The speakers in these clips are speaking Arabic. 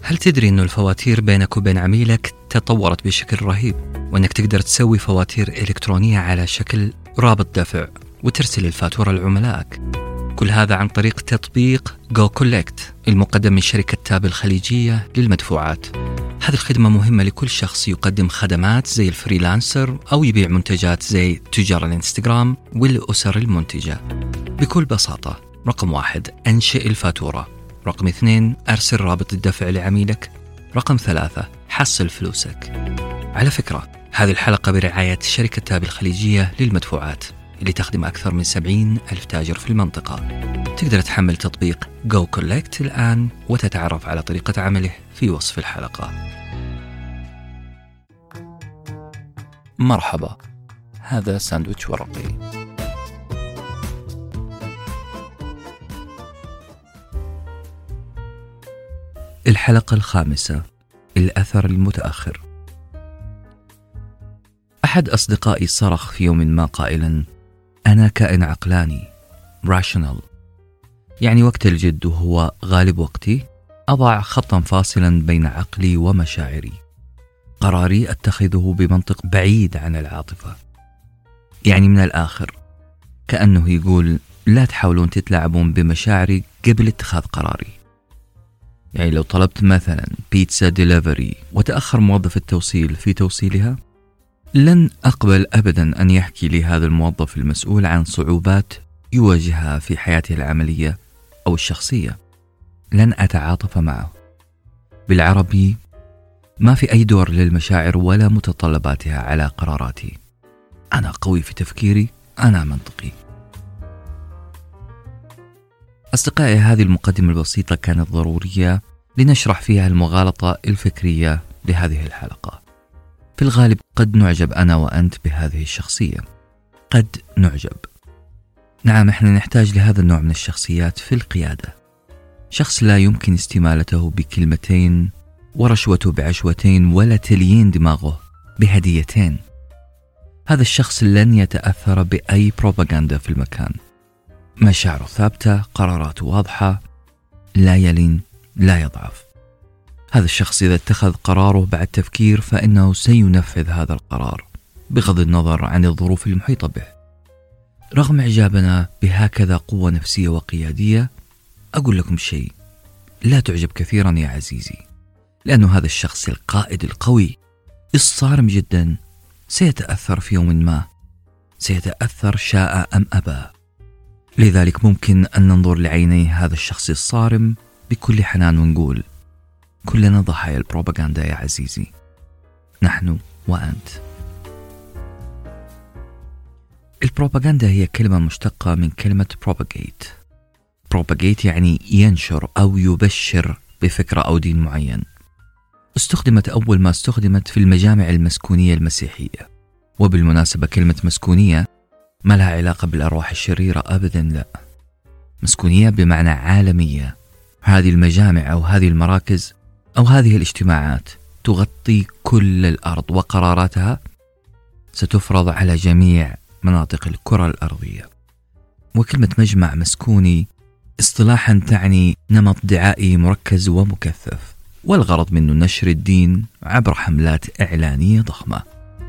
هل تدري أنه الفواتير بينك وبين عميلك تطورت بشكل رهيب، وأنك تقدر تسوي فواتير إلكترونية على شكل رابط دفع وترسل الفاتورة لعملائك؟ كل هذا عن طريق تطبيق جو كولكت المقدم من شركة تاب الخليجية للمدفوعات. هذه الخدمة مهمة لكل شخص يقدم خدمات زي الفريلانسر أو يبيع منتجات زي تجار الانستغرام والأسر المنتجة. بكل بساطة، رقم 1 أنشئ الفاتورة، رقم 2 أرسل رابط الدفع لعميلك، رقم 3 حصل فلوسك. على فكرة، هذه الحلقة برعاية شركة تاب الخليجية للمدفوعات اللي تخدم أكثر من 70,000 تاجر في المنطقة. تقدر تحمل تطبيق جو كولكت الآن وتتعرف على طريقة عمله في وصف الحلقة. مرحبا، هذا ساندويتش ورقي. الحلقة 5، الأثر المتأخر. أحد أصدقائي صرخ في يوم ما قائلا: أنا كائن عقلاني rational، يعني وقت الجد وهو غالب وقتي أضع خطا فاصلا بين عقلي ومشاعري. قراري أتخذه بمنطق بعيد عن العاطفة. يعني من الآخر كأنه يقول لا تحاولون تتلاعبون بمشاعري قبل اتخاذ قراري. يعني لو طلبت مثلا بيتزا ديليفري وتأخر موظف التوصيل في توصيلها، لن أقبل أبدا أن يحكي لي هذا الموظف المسؤول عن صعوبات يواجهها في حياته العملية أو الشخصية. لن أتعاطف معه. بالعربي، ما في أي دور للمشاعر ولا متطلباتها على قراراتي. أنا قوي في تفكيري، أنا منطقي. أصدقائي، هذه المقدمة البسيطة كانت ضرورية لنشرح فيها المغالطة الفكرية لهذه الحلقة. في الغالب قد نعجب أنا وأنت بهذه الشخصية، قد نعجب. نعم، احنا نحتاج لهذا النوع من الشخصيات في القيادة. شخص لا يمكن استمالته بكلمتين ورشوته بعشوتين ولا تليين دماغه بهديتين. هذا الشخص لن يتأثر بأي بروباغندا في المكان. مشاعره ثابتة، قراراته واضحة، لا يلين لا يضعف. هذا الشخص إذا اتخذ قراره بعد تفكير فإنه سينفذ هذا القرار بغض النظر عن الظروف المحيطة به. رغم إعجابنا بهكذا قوة نفسية وقيادية، أقول لكم شيء: لا تعجب كثيرا يا عزيزي، لأن هذا الشخص القائد القوي الصارم جدا سيتأثر في يوم ما، سيتأثر شاء أم أبى. لذلك ممكن أن ننظر لعيني هذا الشخص الصارم بكل حنان ونقول: كلنا ضحايا البروباغندا يا عزيزي، نحن وأنت. البروباغندا هي كلمة مشتقة من كلمة propagate يعني ينشر أو يبشر بفكرة أو دين معين. استخدمت أول ما استخدمت في المجامع المسكونية المسيحية. وبالمناسبة كلمة مسكونية ما لها علاقة بالأرواح الشريرة أبدا، لا. مسكونية بمعنى عالمية. هذه المجامع أو هذه المراكز أو هذه الاجتماعات تغطي كل الأرض، وقراراتها ستفرض على جميع مناطق الكرة الأرضية. وكلمة مجمع مسكوني اصطلاحا تعني نمط دعائي مركز ومكثف، والغرض منه نشر الدين عبر حملات إعلانية ضخمة.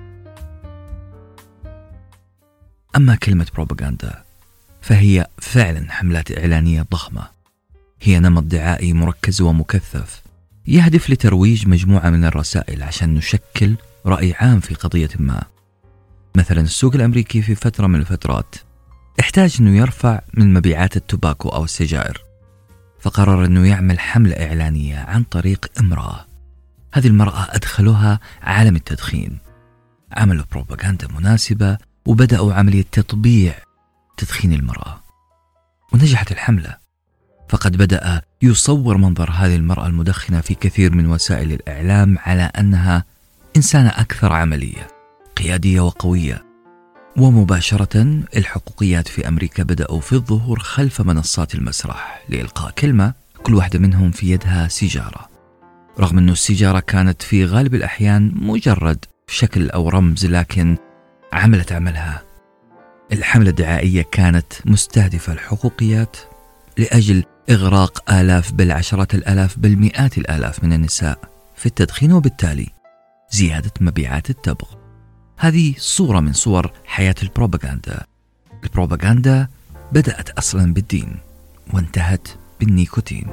أما كلمة بروباغندا فهي فعلا حملات إعلانية ضخمة. هي نمط دعائي مركز ومكثف يهدف لترويج مجموعة من الرسائل عشان نشكل رأي عام في قضية ما. مثلا السوق الأمريكي في فترة من الفترات احتاج أنه يرفع من مبيعات التباكو أو السجائر، فقرر أنه يعمل حملة إعلانية عن طريق امرأة. هذه المرأة أدخلوها عالم التدخين، عملوا بروباغندا مناسبة وبدأوا عملية تطبيع تدخين المرأة، ونجحت الحملة. فقد بدأ يصور منظر هذه المرأة المدخنة في كثير من وسائل الإعلام على أنها إنسانة أكثر عملية، قيادية وقوية. ومباشرة الحقوقيات في أمريكا بدأوا في الظهور خلف منصات المسرح لإلقاء كلمة كل واحدة منهم في يدها سيجارة، رغم أن السيجارة كانت في غالب الأحيان مجرد شكل أو رمز، لكن عملت عملها. الحملة الدعائية كانت مستهدفة الحقوقيات لأجل إغراق آلاف بل عشرات الآلاف بل مئات الآلاف من النساء في التدخين، وبالتالي زيادة مبيعات التبغ. هذه صورة من صور حياة البروباغندا. البروباغندا بدأت أصلا بالدين وانتهت بالنيكوتين.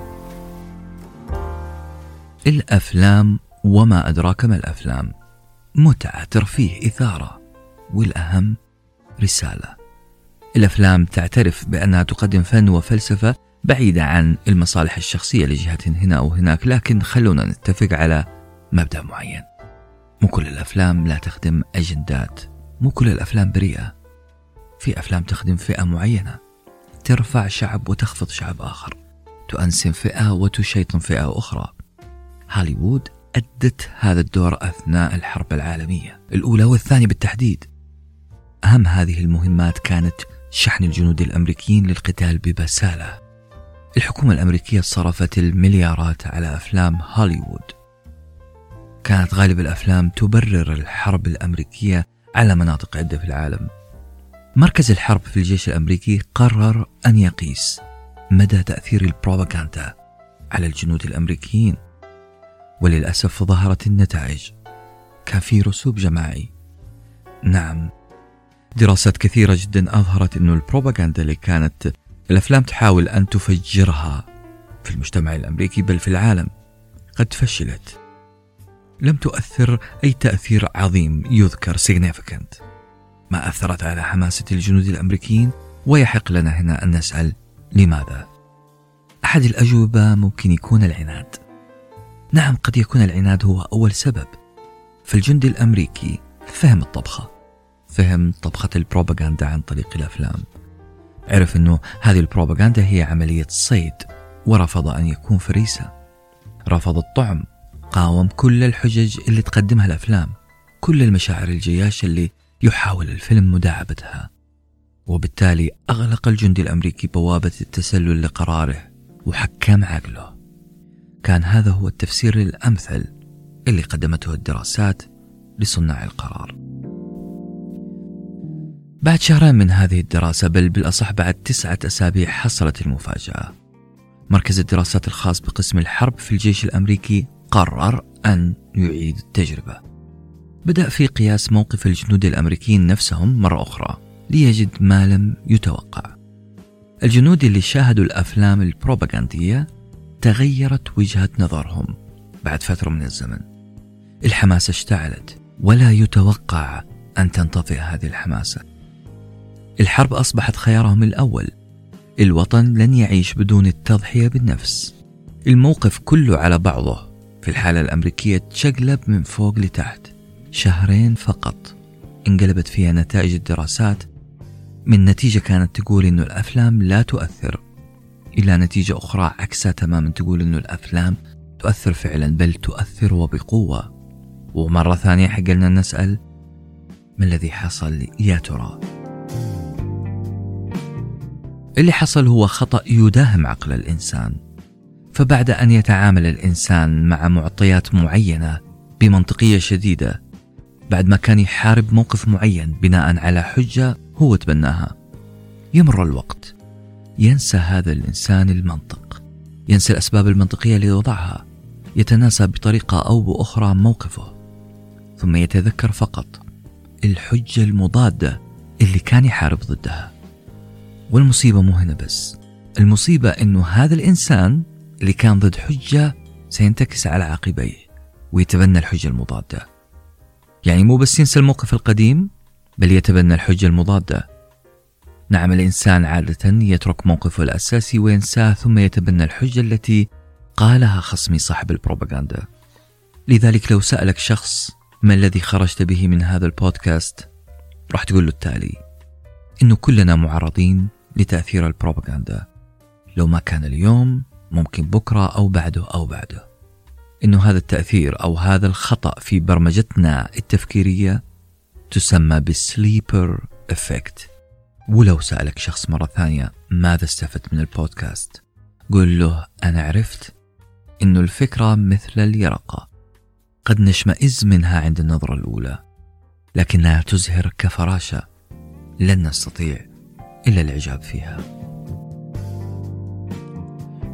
الأفلام وما أدراك ما الأفلام، متعة، ترفيه، إثارة، والأهم رسالة. الأفلام تعترف بأنها تقدم فن وفلسفة بعيدة عن المصالح الشخصية لجهة هنا أو هناك، لكن خلونا نتفق على مبدأ معين: مو كل الأفلام لا تخدم أجندات، مو كل الأفلام بريئة. في أفلام تخدم فئة معينة، ترفع شعب وتخفض شعب آخر، تؤنسم فئة وتشيطن فئة أخرى. هوليوود أدت هذا الدور أثناء الحرب العالمية الأولى والثانية بالتحديد. أهم هذه المهمات كانت شحن الجنود الأمريكيين للقتال ببسالة. الحكومة الأمريكية صرفت المليارات على أفلام هوليوود. كانت غالب الأفلام تبرر الحرب الأمريكية على مناطق عدة في العالم. مركز الحرب في الجيش الأمريكي قرر أن يقيس مدى تأثير البروباغندا على الجنود الأمريكيين، وللأسف ظهرت النتائج. كان في رسوب جماعي. نعم، دراسات كثيرة جدا أظهرت أن البروباغندا اللي كانت الأفلام تحاول أن تفجرها في المجتمع الأمريكي بل في العالم قد فشلت. لم تؤثر أي تأثير عظيم يذكر significant. ما أثرت على حماسة الجنود الأمريكيين، ويحق لنا هنا أن نسأل لماذا؟ أحد الأجوبة ممكن يكون العناد. نعم، قد يكون العناد هو أول سبب. فالجندي الأمريكي فهم الطبخة، فهم طبخة البروباغندا عن طريق الأفلام، عرف أنه هذه البروباغندا هي عملية صيد، ورفض أن يكون فريسة. رفض الطعم، قاوم كل الحجج اللي تقدمها الأفلام، كل المشاعر الجياشة اللي يحاول الفيلم مداعبتها. وبالتالي أغلق الجندي الأمريكي بوابة التسلل لقراره وحكم عقله. كان هذا هو التفسير الأمثل اللي قدمته الدراسات لصناع القرار. بعد شهرين من هذه الدراسة، بل بالأصح بعد 9 أسابيع، حصلت المفاجأة. مركز الدراسات الخاص بقسم الحرب في الجيش الأمريكي قرر أن يعيد التجربة. بدأ في قياس موقف الجنود الأمريكيين نفسهم مرة أخرى ليجد ما لم يتوقع. الجنود اللي شاهدوا الأفلام البروباغندية تغيرت وجهة نظرهم بعد فترة من الزمن. الحماسة اشتعلت، ولا يتوقع أن تنطفئ هذه الحماسة. الحرب أصبحت خيارهم الأول. الوطن لن يعيش بدون التضحية بالنفس. الموقف كله على بعضه في الحالة الأمريكية تشقلب من فوق لتحت. شهرين فقط انقلبت فيها نتائج الدراسات من نتيجة كانت تقول إنه الأفلام لا تؤثر إلى نتيجة أخرى عكسها تماما، تقول إنه الأفلام تؤثر فعلا، بل تؤثر وبقوة. ومرة ثانية حقلنا نسأل: ما الذي حصل يا ترى؟ اللي حصل هو خطأ يداهم عقل الإنسان. فبعد أن يتعامل الإنسان مع معطيات معينة بمنطقية شديدة، بعد ما كان يحارب موقف معين بناء على حجة هو تبناها، يمر الوقت، ينسى هذا الإنسان المنطق، ينسى الأسباب المنطقية اللي وضعها، يتناسى بطريقة أو بأخرى موقفه، ثم يتذكر فقط الحجة المضادة اللي كان يحارب ضدها. والمصيبة مو هنا بس، المصيبة إنه هذا الإنسان اللي كان ضد حجة سينتكس على عقبيه ويتبنى الحجة المضادة. يعني مو بس ينسى الموقف القديم، بل يتبنى الحجة المضادة. نعم، الإنسان عادة يترك موقفه الأساسي وينساه، ثم يتبنى الحجة التي قالها خصمي صاحب البروباغندا. لذلك لو سألك شخص ما الذي خرجت به من هذا البودكاست، راح تقول له التالي: إنه كلنا معرضين لتأثير البروباغندا. لو ما كان اليوم ممكن بكرة أو بعده أو بعده. إنه هذا التأثير أو هذا الخطأ في برمجتنا التفكيرية تسمى بالسليبر إفكت. ولو سألك شخص مرة ثانية ماذا استفدت من البودكاست، قل له: أنا عرفت إنه الفكرة مثل اليرقة، قد نشمئز منها عند النظرة الأولى، لكنها تزهر كفراشة لن نستطيع إلا الإعجاب فيها.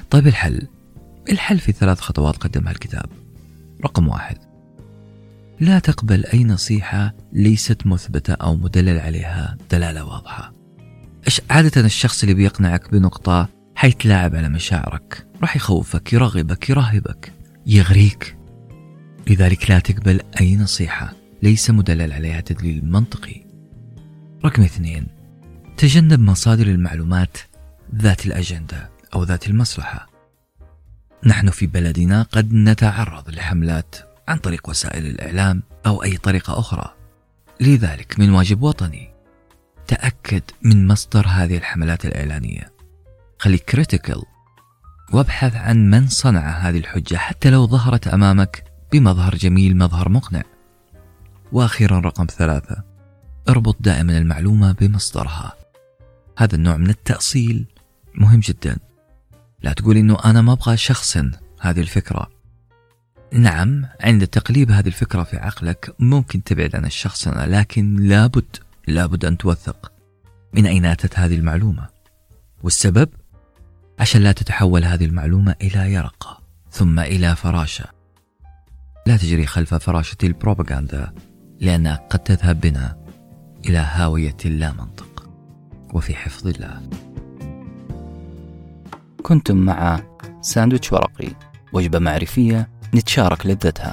طيب الحل في 3 خطوات قدمها الكتاب. رقم 1: لا تقبل أي نصيحة ليست مثبتة أو مدلل عليها دلالة واضحة. عادة الشخص اللي بيقنعك بنقطة حيتلاعب على مشاعرك، راح يخوفك، يرغبك، يرهبك، يغريك. لذلك لا تقبل أي نصيحة ليس مدلل عليها تدليل منطقي. رقم 2: تجنب مصادر المعلومات ذات الأجندة أو ذات المصلحة. نحن في بلدنا قد نتعرض لحملات عن طريق وسائل الإعلام أو أي طريقة أخرى، لذلك من واجب وطني تأكد من مصدر هذه الحملات الإعلانية، خليك كريتيكال وابحث عن من صنع هذه الحجة حتى لو ظهرت أمامك بمظهر جميل، مظهر مقنع. وأخيرا رقم 3: اربط دائما المعلومة بمصدرها. هذا النوع من التأصيل مهم جدا. لا تقول إنه أنا ما أبغى شخصا هذه الفكرة. نعم، عند تقليب هذه الفكرة في عقلك ممكن تبعد عن الشخصنة، لكن لابد أن توثق من أين أتت هذه المعلومة، والسبب عشان لا تتحول هذه المعلومة إلى يرقة ثم إلى فراشة. لا تجري خلف فراشة البروباغندا، لأنها قد تذهب بنا إلى هاوية لا منطق. وفي حفظ الله. كنتم مع ساندويتش ورقي، وجبة معرفية نتشارك لذتها.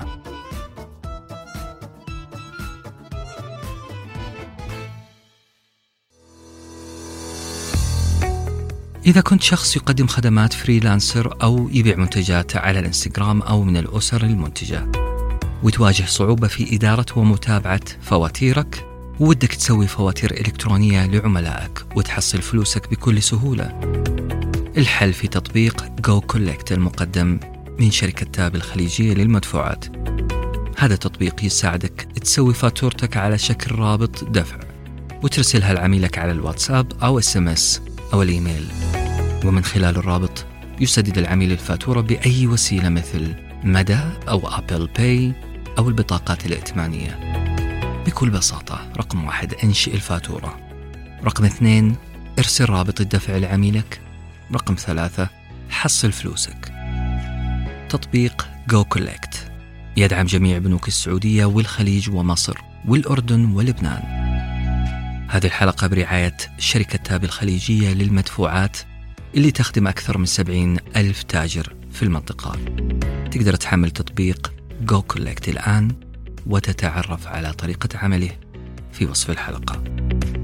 إذا كنت شخص يقدم خدمات فريلانسر أو يبيع منتجات على الانستغرام أو من الأسر المنتجة، وتواجه صعوبة في إدارة ومتابعة فواتيرك، وودك تسوي فواتير إلكترونية لعملائك وتحصل فلوسك بكل سهولة، الحل في تطبيق Go Collect المقدم من شركة تاب الخليجية للمدفوعات. هذا التطبيق يساعدك تسوي فاتورتك على شكل رابط دفع وترسلها لعميلك على الواتساب أو SMS أو الإيميل، ومن خلال الرابط يسدد العميل الفاتورة بأي وسيلة مثل مدى أو أبل باي أو البطاقات الائتمانية بكل بساطة. رقم 1: انشئ الفاتورة. رقم 2: ارسل رابط الدفع لعميلك. رقم 3: حصل فلوسك. تطبيق Go Collect يدعم جميع بنوك السعودية والخليج ومصر والأردن ولبنان. هذه الحلقة برعاية شركة تاب الخليجية للمدفوعات اللي تخدم أكثر من 70,000 تاجر في المنطقة. تقدر تحمل تطبيق Go Collect الآن وتتعرف على طريقة عمله في وصف الحلقة.